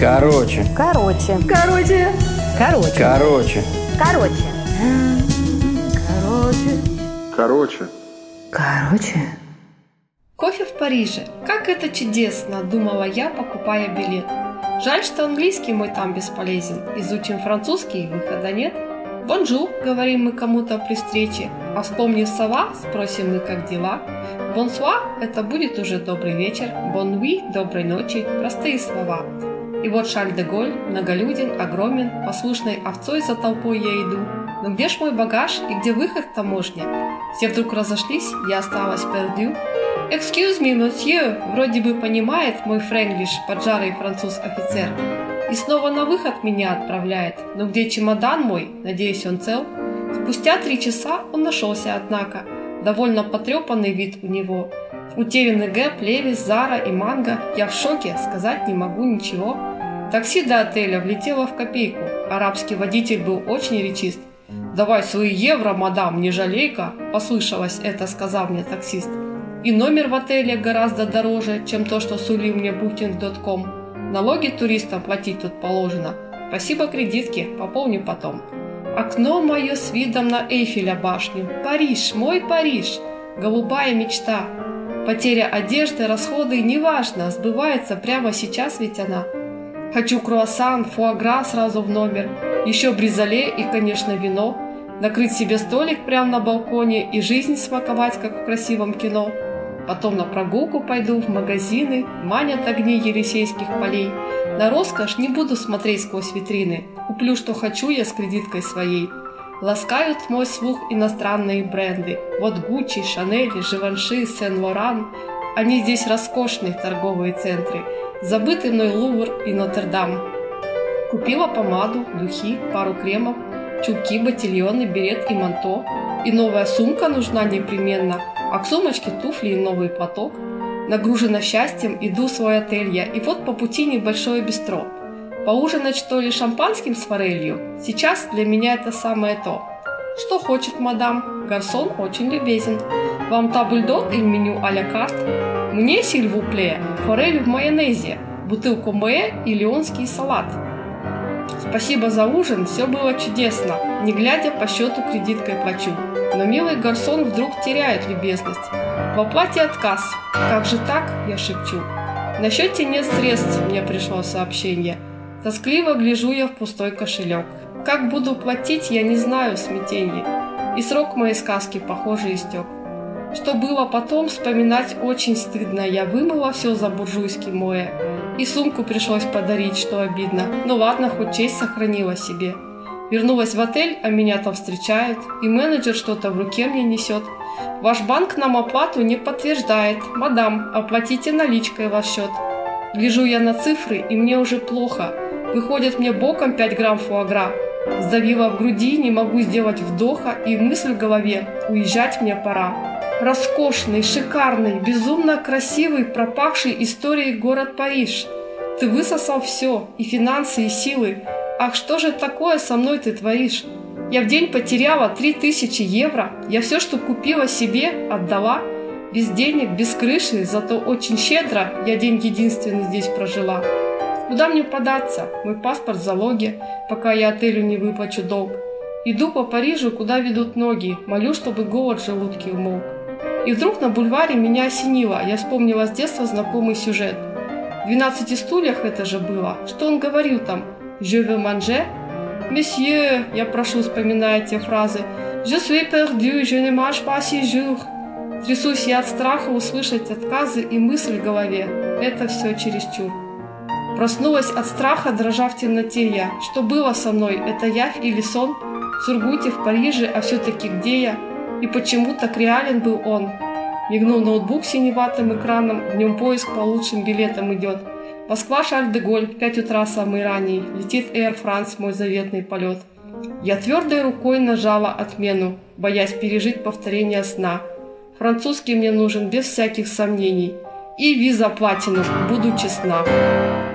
Короче. Короче. Короче. Короче. Короче. Короче. Короче. Короче. Кофе в Париже. Как это чудесно, думала я, покупая билет. Жаль, что английский мой там бесполезен. Изучим французский, выхода нет. Бонжур, говорим мы кому-то при встрече. А вспомнив сова, спросим мы, как дела. Бонсуа, это будет уже добрый вечер. Боннуи, доброй ночи. Простые слова. И вот Шарль-де-Голь, многолюден, огромен, послушной овцой за толпой я иду. Но где ж мой багаж и где выход в таможне? Все вдруг разошлись, я осталась пердю. «Excuse me, monsieur», вроде бы понимает мой френглиш, поджарый француз-офицер. И снова на выход меня отправляет. Но где чемодан мой? Надеюсь, он цел. Спустя 3 часа он нашелся, однако. Довольно потрепанный вид у него. Утеряны Гэп, Левис, Зара и Манго. Я в шоке, сказать не могу ничего. Такси до отеля влетело в копейку. Арабский водитель был очень речист. «Давай свои евро, мадам, не жалей-ка», послышалось это, сказал мне таксист. И номер в отеле гораздо дороже, чем то, что сулил мне Booking.com. Налоги туристам платить тут положено. Спасибо кредитке, пополню потом. Окно мое с видом на Эйфеля башню. Париж, мой Париж. Голубая мечта. Потеря одежды, расходы, неважно, сбывается прямо сейчас ведь она. Хочу круассан, фуагра сразу в номер, еще бризоле и, конечно, вино. Накрыть себе столик прямо на балконе и жизнь смаковать, как в красивом кино. Потом на прогулку пойду в магазины, манят огни Елисейских полей. На роскошь не буду смотреть сквозь витрины, куплю, что хочу я с кредиткой своей. Ласкают мой слух иностранные бренды. Вот Гуччи, Шанель, Живанши, Сен-Лоран. Они здесь роскошные торговые центры. Забытый мной Лувр и Нотр-Дам. Купила помаду, духи, пару кремов, чулки, ботильоны, берет и манто. И новая сумка нужна непременно, а к сумочке туфли и новый платок. Нагружена счастьем, иду в свой отель я, и вот по пути небольшое бистро. Поужинать, что ли, шампанским с форелью? Сейчас для меня это самое то. Что хочет мадам? Гарсон очень любезен. Вам табуль-дот или меню а-ля карт? Мне, сильвупле, форель в майонезе, бутылку Мэ и леонский салат. Спасибо за ужин, все было чудесно. Не глядя, по счету кредиткой плачу. Но милый гарсон вдруг теряет любезность. В оплате отказ. Как же так, я шепчу. На счете нет средств, мне пришло сообщение. Тоскливо гляжу я в пустой кошелек. Как буду платить, я не знаю, смятенье. И срок моей сказки, похоже, истек. Что было потом, вспоминать очень стыдно. Я вымыла все за буржуйский моя. И сумку пришлось подарить, что обидно. Ну ладно, хоть честь сохранила себе. Вернулась в отель, а меня там встречают. И менеджер что-то в руке мне несет. Ваш банк нам оплату не подтверждает. Мадам, оплатите наличкой ваш счет. Гляжу я на цифры, и мне уже плохо. Выходит мне боком 5 грамм фуагра. Сдавила в груди, не могу сделать вдоха, и мысль в голове – уезжать мне пора. Роскошный, шикарный, безумно красивый, пропахший историей город Париж. Ты высосал все, и финансы, и силы. Ах, что же такое со мной ты творишь? Я в день потеряла 3000 евро. Я все, что купила себе, отдала. Без денег, без крыши, зато очень щедро я день единственный здесь прожила. Куда мне податься? Мой паспорт в залоге, пока я отелю не выплачу долг. Иду по Парижу, куда ведут ноги, молю, чтобы голод в желудке умолк. И вдруг на бульваре меня осенило, я вспомнила с детства знакомый сюжет. В 12 стульях это же было. Что он говорил там? «Je veux manger?» «Месье», я прошу, вспоминая те фразы, «Je suis perdu, je ne mange pas six jours». Трясусь я от страха услышать отказы и мысль в голове. Это все чересчур. Проснулась от страха, дрожа в темноте я. Что было со мной? Это явь или сон? В Сургуте, в Париже, а все-таки где я? И почему так реален был он? Мигнул ноутбук синеватым экраном, в нем поиск по лучшим билетам идет. Москва, Шарль-де-Голь, в 5 утра самый ранний, летит Air France, мой заветный полет. Я твердой рукой нажала отмену, боясь пережить повторение сна. Французский мне нужен без всяких сомнений. И виза платину, буду честна.